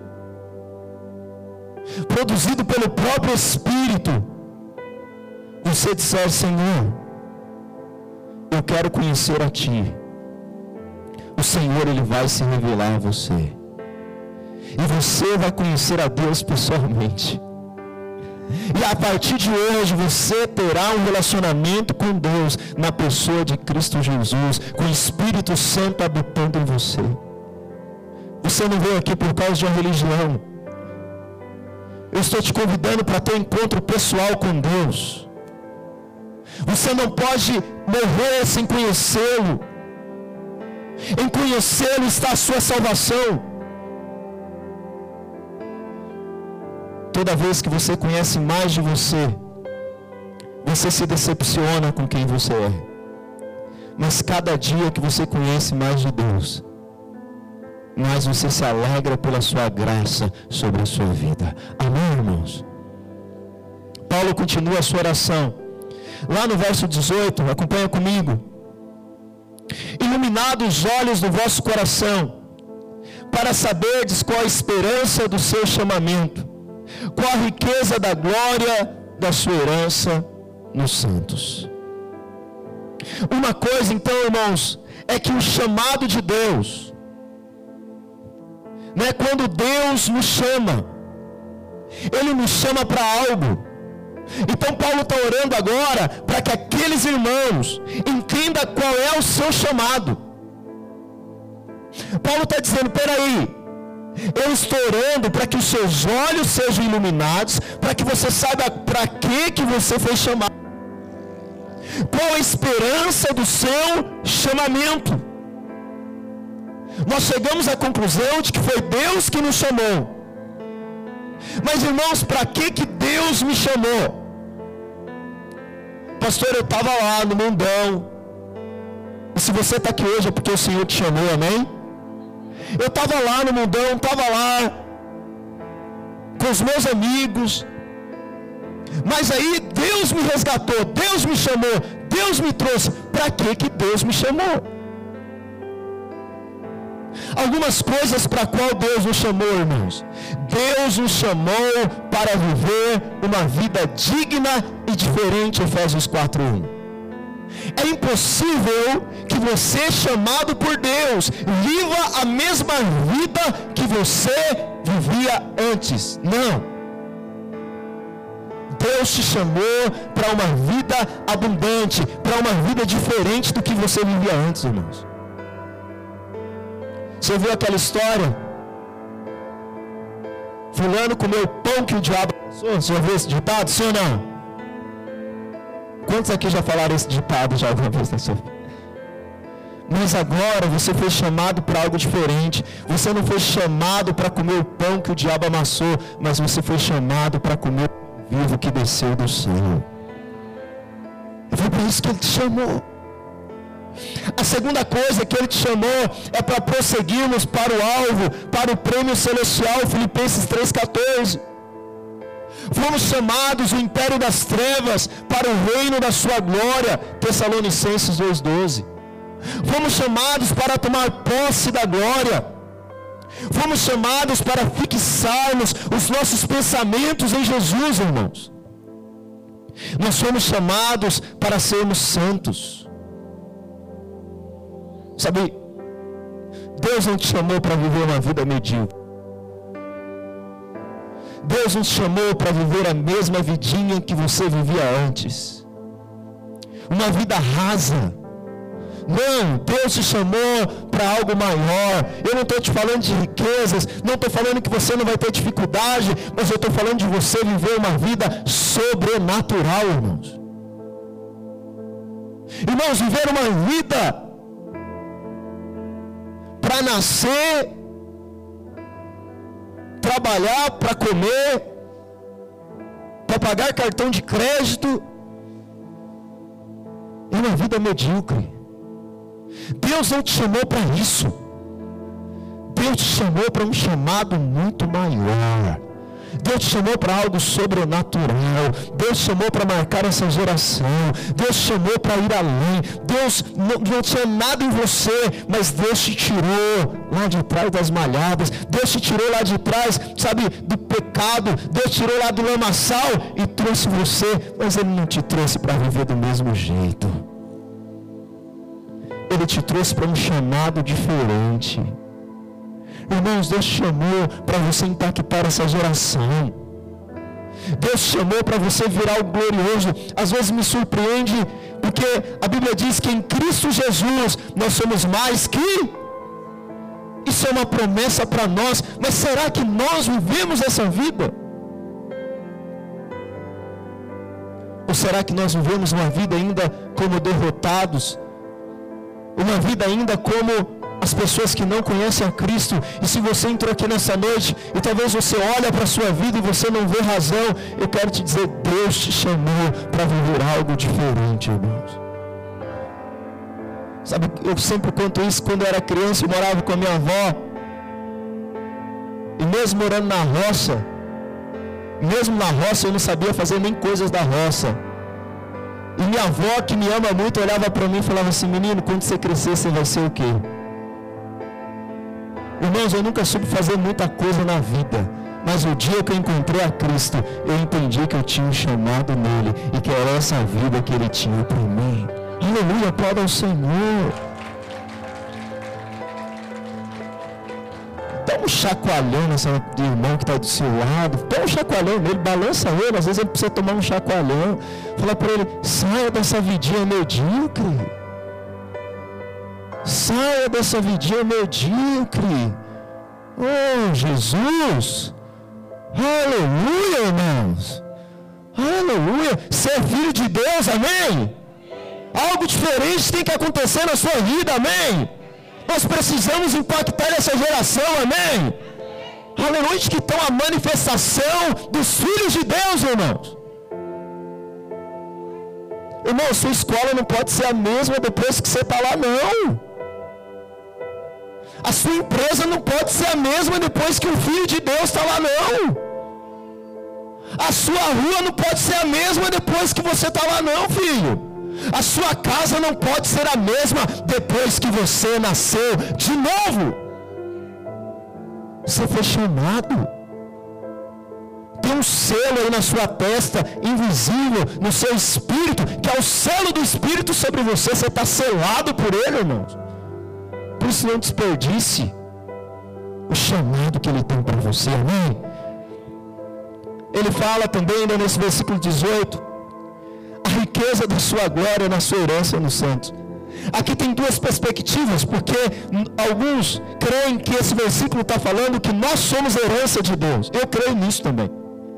produzido pelo próprio Espírito, você disser: Senhor, eu quero conhecer a Ti, o Senhor, Ele vai se revelar a você. E você vai conhecer a Deus pessoalmente. E a partir de hoje você terá um relacionamento com Deus na pessoa de Cristo Jesus, com o Espírito Santo habitando em você. Você não veio aqui por causa de uma religião. Eu estou te convidando para ter um encontro pessoal com Deus. Você não pode morrer sem conhecê-lo. Em conhecê-lo está a sua salvação. Toda vez que você conhece mais de você, você se decepciona com quem você é. Mas cada dia que você conhece mais de Deus, mais você se alegra pela sua graça sobre a sua vida. Amém, irmãos? Paulo continua a sua oração. Lá no verso 18, acompanha comigo. Iluminados os olhos do vosso coração, para saberdes qual a esperança do seu chamamento, qual a riqueza da glória da sua herança nos santos. Uma coisa então, irmãos, é que o chamado de Deus, não é quando Deus nos chama, Ele nos chama para algo. Então Paulo está orando agora para que aqueles irmãos entendam qual é o seu chamado. Paulo está dizendo: peraí, eu estou orando para que os seus olhos sejam iluminados, para que você saiba para que você foi chamado. Qual a esperança do seu chamamento? nós chegamos à conclusão de que foi Deus que nos chamou. Mas, irmãos, para que Deus me chamou? Pastor, eu estava lá no mundão. E se você está aqui hoje é porque o Senhor te chamou, amém? Eu estava lá no mundão, estava lá com os meus amigos. Mas aí Deus me resgatou, Deus me chamou, Deus me trouxe. Para que Deus me chamou? Algumas coisas para qual Deus nos chamou, irmãos. Deus nos chamou para viver uma vida digna e diferente, Efésios 4:1. É impossível que você, chamado por Deus, viva a mesma vida que você vivia antes. Não. Deus te chamou para uma vida abundante, para uma vida diferente do que você vivia antes, irmãos. Você viu aquela história? Fulano comeu o pão que o diabo passou. Você já viu esse ditado? Sim ou não? Quantos aqui já falaram esse ditado já alguma vez na sua vida? Mas agora você foi chamado para algo diferente. Você não foi chamado para comer o pão que o diabo amassou, mas você foi chamado para comer o pão vivo que desceu do céu. E foi por isso que Ele te chamou. A segunda coisa que Ele te chamou é para prosseguirmos para o alvo, para o prêmio celestial, Filipenses 3,14. Fomos chamados do império das trevas para o reino da sua glória, Tessalonicenses 2,12. Fomos chamados para tomar posse da glória. Fomos chamados para fixarmos os nossos pensamentos em Jesus, irmãos. Nós fomos chamados para sermos santos. Sabe, Deus não te chamou para viver uma vida medíocre. Deus nos chamou para viver a mesma vidinha que você vivia antes. Uma vida rasa. Não, Deus te chamou para algo maior. Eu não estou te falando de riquezas, não estou falando que você não vai ter dificuldade, mas eu estou falando de você viver uma vida sobrenatural, irmãos. Irmãos, viver uma vida para nascer, trabalhar para comer, para pagar cartão de crédito, é uma vida medíocre. Deus não te chamou para isso. Deus te chamou para um chamado muito maior. Deus te chamou para algo sobrenatural. Deus te chamou para marcar essa geração. Deus te chamou para ir além. Deus não tinha nada em você, mas Deus te tirou lá de trás das malhadas. Deus te tirou lá de trás, sabe, do pecado. Deus te tirou lá do lamaçal e trouxe você, mas Ele não te trouxe para viver do mesmo jeito. Ele te trouxe para um chamado diferente. Irmãos, Deus te chamou para você impactar essa geração. Deus te chamou para você virar algo glorioso. Às vezes me surpreende, porque a Bíblia diz que em Cristo Jesus nós somos mais que... Isso é uma promessa para nós, mas será que nós vivemos essa vida? Ou será que nós vivemos uma vida ainda como derrotados? Uma vida ainda como as pessoas que não conhecem a Cristo? E se você entrou aqui nessa noite e talvez você olha para a sua vida e você não vê razão, eu quero te dizer, Deus te chamou para viver algo diferente, irmãos. Sabe, eu sempre conto isso. Quando eu era criança, eu morava com a minha avó, e mesmo morando na roça, eu não sabia fazer nem coisas da roça. E minha avó, que me ama muito, olhava para mim e falava assim: menino, quando você crescer, você vai ser o quê? Irmãos, eu nunca soube fazer muita coisa na vida, mas o dia que eu encontrei a Cristo, eu entendi que eu tinha um chamado nele, e que era essa vida que Ele tinha para mim. Aleluia, aplauda ao Senhor. Dá um chacoalhão nesse irmão que está do seu lado. Dá um chacoalhão nele, balança ele. Às vezes ele precisa tomar um chacoalhão. Fala para ele: saia dessa vidinha medíocre. Saia dessa vidinha medíocre. Oh, Jesus. Aleluia, irmãos. Aleluia. Ser filho de Deus, amém? Algo diferente tem que acontecer na sua vida, amém? Nós precisamos impactar essa geração, amém? Aleluia, que estão a manifestação dos filhos de Deus, irmãos. Irmão, sua escola não pode ser a mesma depois que você está lá, não. A sua empresa não pode ser a mesma depois que o Filho de Deus está lá, não. A sua rua não pode ser a mesma depois que você está lá, não, filho. A sua casa não pode ser a mesma depois que você nasceu de novo. Você foi chamado. Tem um selo aí na sua testa, invisível, no seu espírito, que é o selo do Espírito sobre você. Você está selado por ele, irmãos. Por isso não desperdice o chamado que ele tem para você, amém? Ele fala também, ainda nesse versículo 18, a riqueza da sua glória na sua herança nos santos. Aqui tem duas perspectivas, porque alguns creem que esse versículo está falando que nós somos herança de Deus. Eu creio nisso também.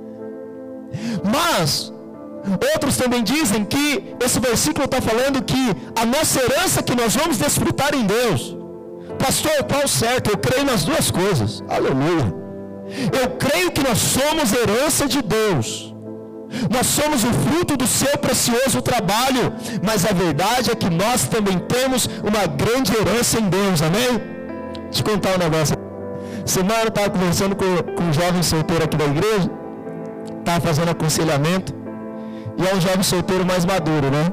Mas outros também dizem que esse versículo está falando que a nossa herança que nós vamos desfrutar em Deus. Pastor, qual certo? Eu creio nas duas coisas. Aleluia. Eu creio que nós somos herança de Deus. Nós somos o fruto do seu precioso trabalho. Mas a verdade é que nós também temos uma grande herança em Deus. Amém? Deixa eu contar um negócio. Semana eu estava conversando com um jovem solteiro aqui da igreja. Estava fazendo aconselhamento. E é um jovem solteiro mais maduro, né?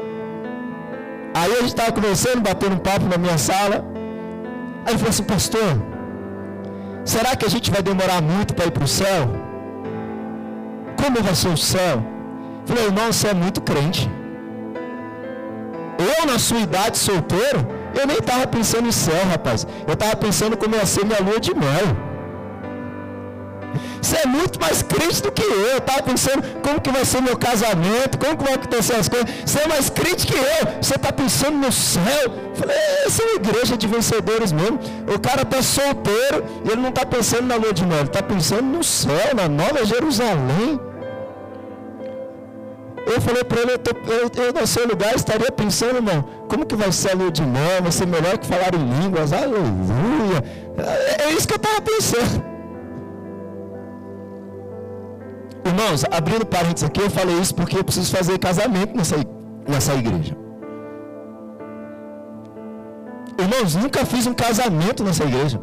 Aí a gente estava conversando, batendo um papo na minha sala. Aí ele falou assim: pastor, será que a gente vai demorar muito para ir para o céu? Como vai ser o céu? Eu falei: irmão, você é muito crente. Eu, na sua idade, solteiro, eu nem estava pensando em céu, rapaz. Eu estava pensando como ia ser minha lua de mel. Você é muito mais crente do que eu estava pensando como que vai ser meu casamento, como que vai acontecer as coisas. Você é mais crente que eu. Você está pensando no céu. Eu falei: essa é uma igreja de vencedores mesmo. O cara está solteiro e ele não está pensando na lua de mel. Ele está pensando no céu, na Nova Jerusalém. Eu falei para ele: eu no seu lugar estaria pensando, irmão, como que vai ser a lua de mel? Vai ser melhor que falar em línguas. Aleluia. É isso que eu estava pensando. Irmãos, abrindo parênteses aqui, eu falei isso porque eu preciso fazer casamento nessa igreja. Irmãos, nunca fiz um casamento nessa igreja.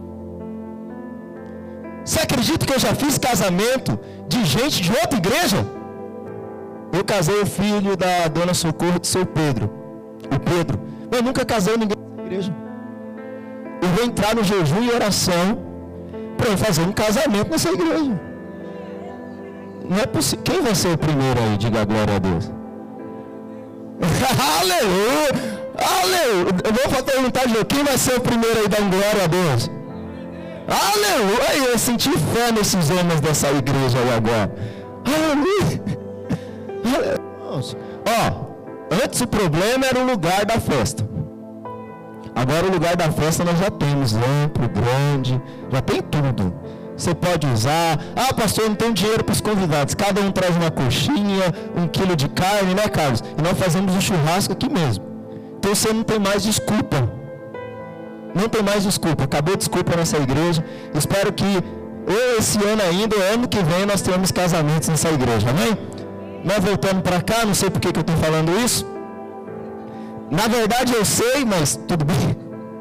Você acredita que eu já fiz casamento de gente de outra igreja? Eu casei o filho da dona Socorro de seu Pedro, o Pedro. Mas nunca casei ninguém nessa igreja. Eu vou entrar no jejum e oração para eu fazer um casamento nessa igreja. Não é possível. Quem vai ser o primeiro aí? Diga glória a Deus. Aleluia! Aleluia! Eu vou perguntar, quem vai ser o primeiro aí dando glória a Deus? Aleluia! Eu senti fé nesses homens dessa igreja aí agora. Aleluia! Ó, antes o problema era o lugar da festa. Agora o lugar da festa nós já temos amplo, grande, já tem tudo. Você pode usar. Ah, pastor, eu não tenho dinheiro para os convidados. Cada um traz uma coxinha, 1 quilo de carne, né, Carlos? E nós fazemos um churrasco aqui mesmo. Então você não tem mais desculpa. Não tem mais desculpa. Acabou desculpa nessa igreja. Espero que esse ano ainda, ano que vem, nós tenhamos casamentos nessa igreja, amém? Mas voltando para cá, não sei por que eu estou falando isso. Na verdade eu sei, mas tudo bem.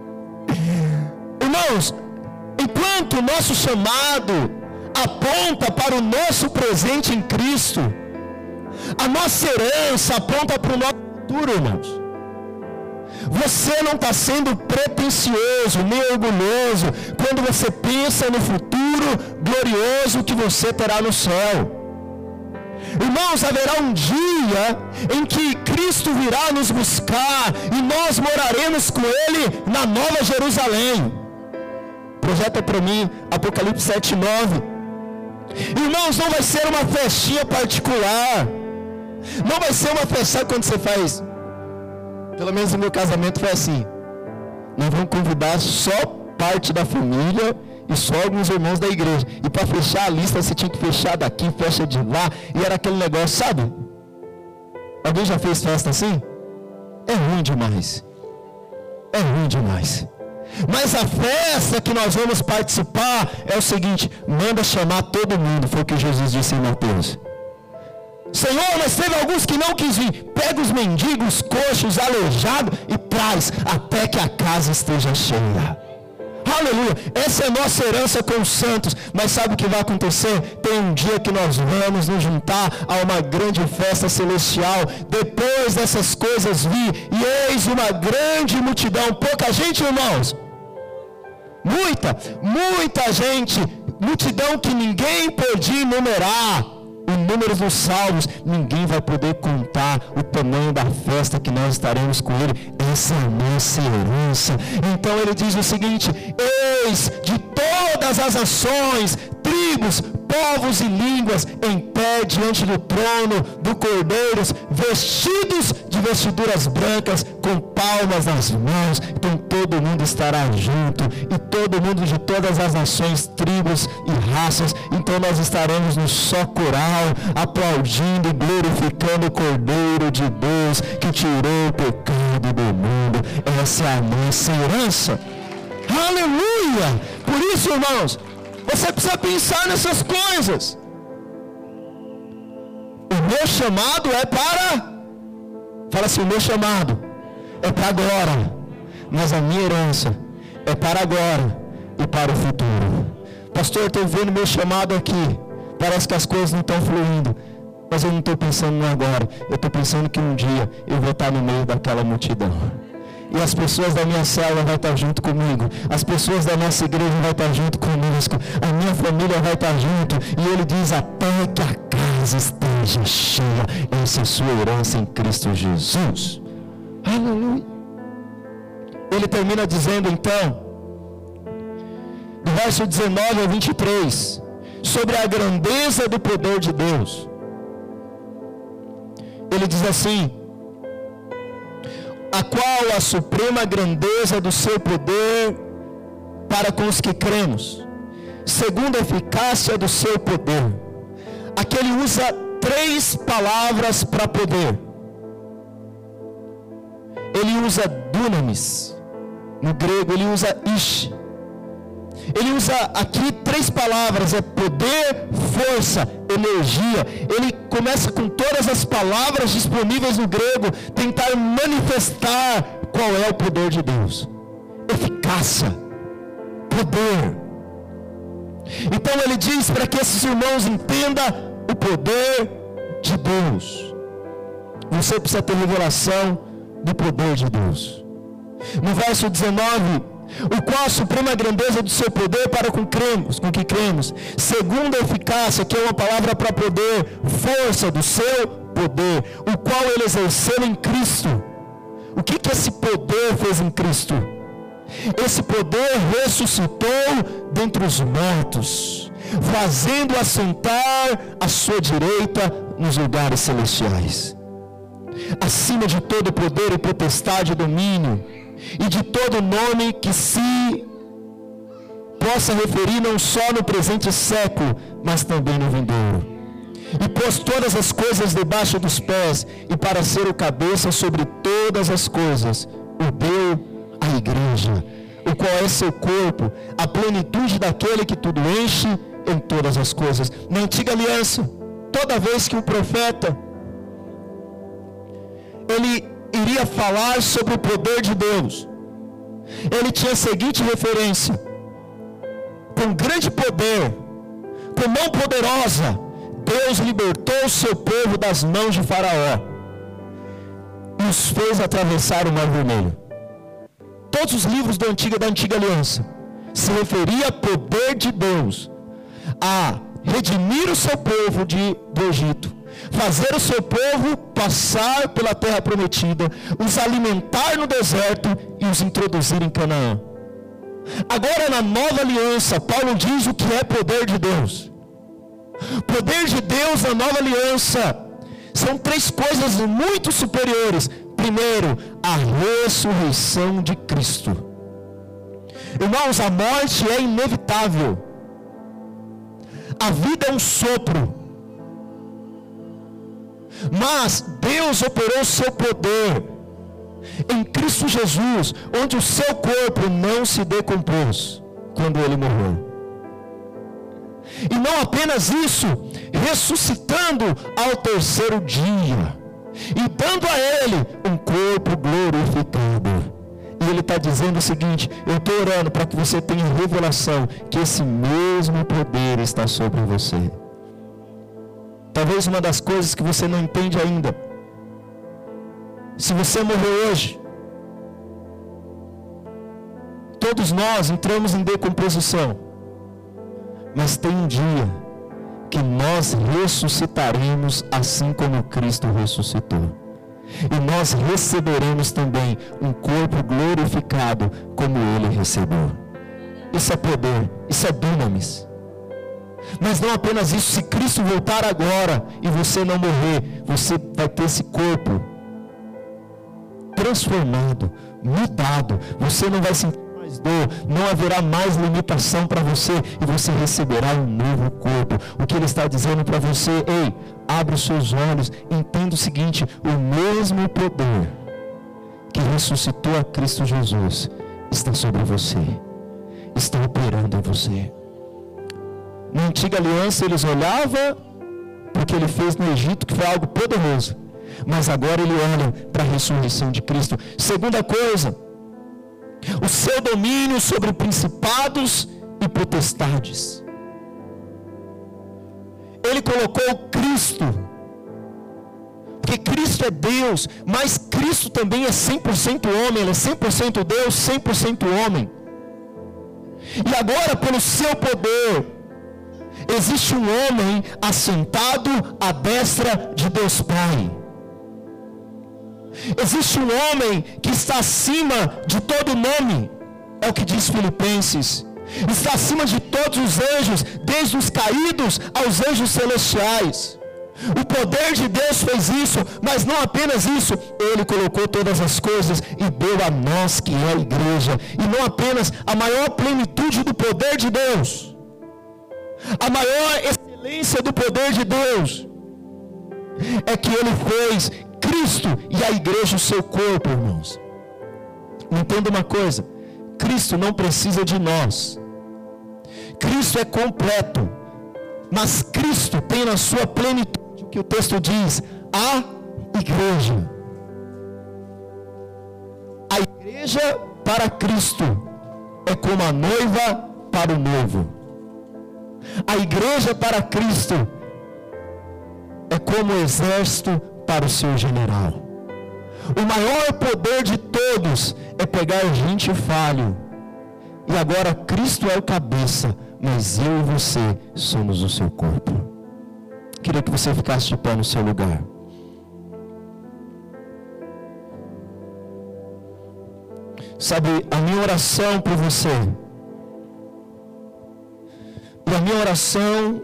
Irmãos, enquanto o nosso chamado aponta para o nosso presente em Cristo, a nossa herança aponta para o nosso futuro, irmãos. Você não está sendo pretensioso, nem orgulhoso, quando você pensa no futuro glorioso que você terá no céu. Irmãos, haverá um dia em que Cristo virá nos buscar e nós moraremos com Ele na Nova Jerusalém. Projeta para mim Apocalipse 7:9. Irmãos, não vai ser uma festinha particular. Não vai ser uma festa quando você faz. Pelo menos no meu casamento foi assim. Nós vamos convidar só parte da família e só alguns irmãos da igreja. E para fechar a lista você tinha que fechar daqui, fecha de lá. E era aquele negócio, sabe? Alguém já fez festa assim? É ruim demais. é ruim demais. Mas a festa que nós vamos participar é o seguinte: manda chamar todo mundo, foi o que Jesus disse em Mateus. Senhor, mas teve alguns que não quis vir. Pega os mendigos, coxos, aleijados e traz até que a casa esteja cheia. Aleluia, essa é a nossa herança com os santos. Mas sabe o que vai acontecer? Tem um dia que nós vamos nos juntar a uma grande festa celestial. Depois dessas coisas vi, e eis uma grande multidão. Pouca gente, irmãos? Muita gente. Multidão que ninguém podia enumerar. O número dos salvos, ninguém vai poder contar o tamanho da festa que nós estaremos com Ele. Essa é a nossa herança. Então ele diz o seguinte: eis de todas as nações, tribos, povos e línguas, em pé diante do trono do Cordeiro, vestidos de vestiduras brancas, com palmas nas mãos. Então todo mundo estará junto, e todo mundo de todas as nações, tribos e raças. Então nós estaremos no só coral, aplaudindo e glorificando o Cordeiro de Deus que tirou o pecado do mundo. Essa é a nossa herança. Aleluia! Por isso, irmãos, você precisa pensar nessas coisas. O meu chamado é para... Fala assim: o meu chamado é para agora, mas a minha herança é para agora e para o futuro. Pastor, eu estou vendo meu chamado aqui. Parece que as coisas não estão fluindo, mas eu não estou pensando no agora. Eu estou pensando que um dia eu vou estar no meio daquela multidão. E as pessoas da minha célula vão estar junto comigo. As pessoas da nossa igreja vão estar junto conosco. A minha família vai estar junto. E ele diz: até que a casa esteja cheia. Essa é a sua herança em Cristo Jesus. Aleluia. Ele termina dizendo então, do verso 19 ao 23, sobre a grandeza do poder de Deus. Ele diz assim: a qual a suprema grandeza do seu poder para com os que cremos, segundo a eficácia do seu poder. Aqui ele usa 3 palavras para poder. Ele usa dunamis, no grego ele usa ish. Ele usa aqui 3 palavras: é poder, força, energia. Ele começa com todas as palavras disponíveis no grego, tentar manifestar qual é o poder de Deus. Eficácia, poder. Então ele diz para que esses irmãos entendam o poder de Deus. Você precisa ter revelação do poder de Deus. No verso 19, o qual a suprema grandeza do seu poder para com que cremos, segundo a eficácia, que é uma palavra para poder, força do seu poder, o qual ele exerceu em Cristo. O que esse poder fez em Cristo? Esse poder ressuscitou dentre os mortos, fazendo assentar à sua direita nos lugares celestiais, acima de todo poder e potestade e domínio, e de todo nome que se possa referir não só no presente século, mas também no vindouro. E pôs todas as coisas debaixo dos pés, e para ser o cabeça sobre todas as coisas, o deu à igreja, o qual é seu corpo, a plenitude daquele que tudo enche em todas as coisas. Na antiga aliança, toda vez que o profeta ele iria falar sobre o poder de Deus, ele tinha a seguinte referência: com grande poder, com mão poderosa, Deus libertou o seu povo das mãos de Faraó e os fez atravessar o Mar Vermelho. Todos os livros da antiga aliança se referia ao poder de Deus a redimir o seu povo do Egito, fazer o seu povo passar pela terra prometida, os alimentar no deserto e os introduzir em Canaã. Agora, na nova aliança, Paulo diz o que é poder de Deus. Poder de Deus na nova aliança são 3 coisas muito superiores. Primeiro, a ressurreição de Cristo. Irmãos, a morte é inevitável. A vida é um sopro. Mas Deus operou o seu poder em Cristo Jesus, onde o seu corpo não se decompôs quando ele morreu. E não apenas isso, ressuscitando ao terceiro dia, e dando a ele um corpo glorificado. E ele está dizendo o seguinte: eu estou orando para que você tenha revelação que esse mesmo poder está sobre você. Talvez uma das coisas que você não entende ainda: se você morrer hoje, todos nós entramos em decomposição, mas tem um dia que nós ressuscitaremos assim como Cristo ressuscitou. E nós receberemos também um corpo glorificado como Ele recebeu. Isso é poder, isso é dunamis. Mas não apenas isso, se Cristo voltar agora e você não morrer, você vai ter esse corpo transformado, mudado. Você não vai sentir mais dor, não haverá mais limitação para você, e você receberá um novo corpo. O que Ele está dizendo para você: ei, abre os seus olhos, entenda o seguinte: o mesmo poder que ressuscitou a Cristo Jesus está sobre você, está operando em você. Na antiga aliança eles olhavam para o que Ele fez no Egito, que foi algo poderoso, mas agora ele olha para a ressurreição de Cristo. Segunda coisa, o seu domínio sobre principados e potestades. Ele colocou Cristo, porque Cristo é Deus, mas Cristo também é 100% homem. Ele é 100% Deus, 100% homem. E agora, pelo seu poder, existe um homem assentado à destra de Deus Pai. Existe um homem que está acima de todo nome, é o que diz Filipenses. Está acima de todos os anjos, desde os caídos aos anjos celestiais. O poder de Deus fez isso, mas não apenas isso, Ele colocou todas as coisas e deu a nós, que é a igreja. E não apenas a maior plenitude do poder de Deus, a maior excelência do poder de Deus, é que Ele fez Cristo e a igreja o seu corpo, irmãos. Entenda uma coisa: Cristo não precisa de nós. Cristo é completo, mas Cristo tem na sua plenitude o que o texto diz: a igreja. A igreja para Cristo é como a noiva para o noivo. A igreja para Cristo é como o exército para o seu general. O maior poder de todos é pegar gente falho, e agora Cristo é o cabeça, mas eu e você somos o seu corpo. Queria que você ficasse de pé no seu lugar. Sabe, a minha oração por você, e a minha oração,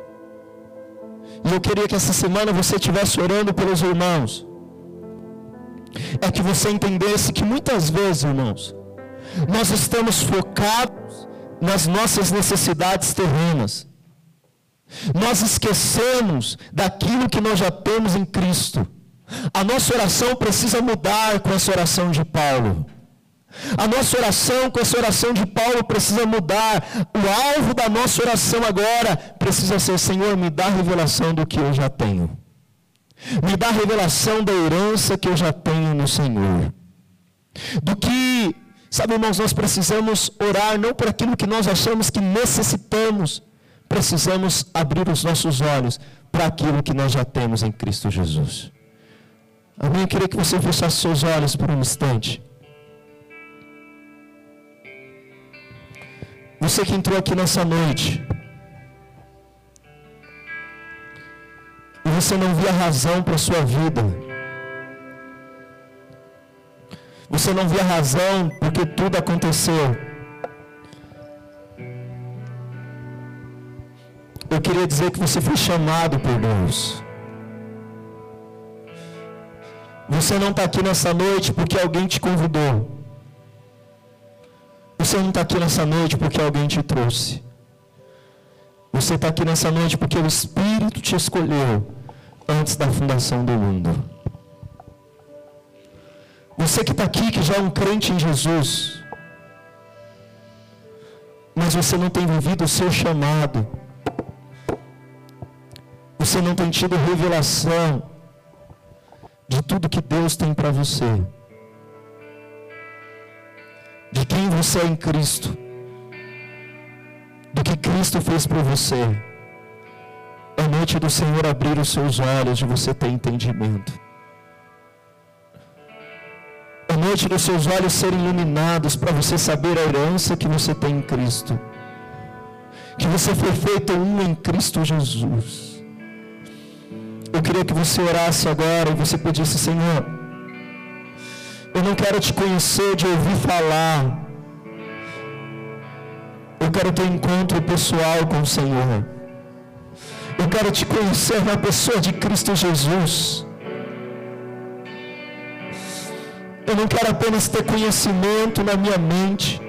e eu queria que essa semana você estivesse orando pelos irmãos, é que você entendesse que muitas vezes, irmãos, nós estamos focados nas nossas necessidades terrenas. Nós esquecemos daquilo que nós já temos em Cristo. A nossa oração precisa mudar com essa oração de Paulo. A nossa oração com essa oração de Paulo precisa mudar. O alvo da nossa oração agora precisa ser: Senhor, me dá a revelação do que eu já tenho. Me dá a revelação da herança que eu já tenho no Senhor. Do que, sabe, irmãos, nós precisamos orar não por aquilo que nós achamos que necessitamos. Precisamos abrir os nossos olhos para aquilo que nós já temos em Cristo Jesus. Amém? Eu queria que você fechasse seus olhos por um instante. Você que entrou aqui nessa noite, e você não via razão para a sua vida, você não via razão porque tudo aconteceu. Eu queria dizer que você foi chamado por Deus. Você não está aqui nessa noite porque alguém te convidou. Você não está aqui nessa noite porque alguém te trouxe. Você está aqui nessa noite porque o Espírito te escolheu antes da fundação do mundo. Você que está aqui, que já é um crente em Jesus, mas você não tem vivido o seu chamado, você não tem tido revelação de tudo que Deus tem para você, de quem você é em Cristo, do que Cristo fez por você. É noite do Senhor abrir os seus olhos e você ter entendimento. É noite dos seus olhos serem iluminados para você saber a herança que você tem em Cristo. Que você foi feito um em Cristo Jesus. Eu queria que você orasse agora e você pedisse: Senhor, eu não quero te conhecer de ouvir falar. Eu quero ter um encontro pessoal com o Senhor. Eu quero te conhecer na pessoa de Cristo Jesus. Eu não quero apenas ter conhecimento na minha mente.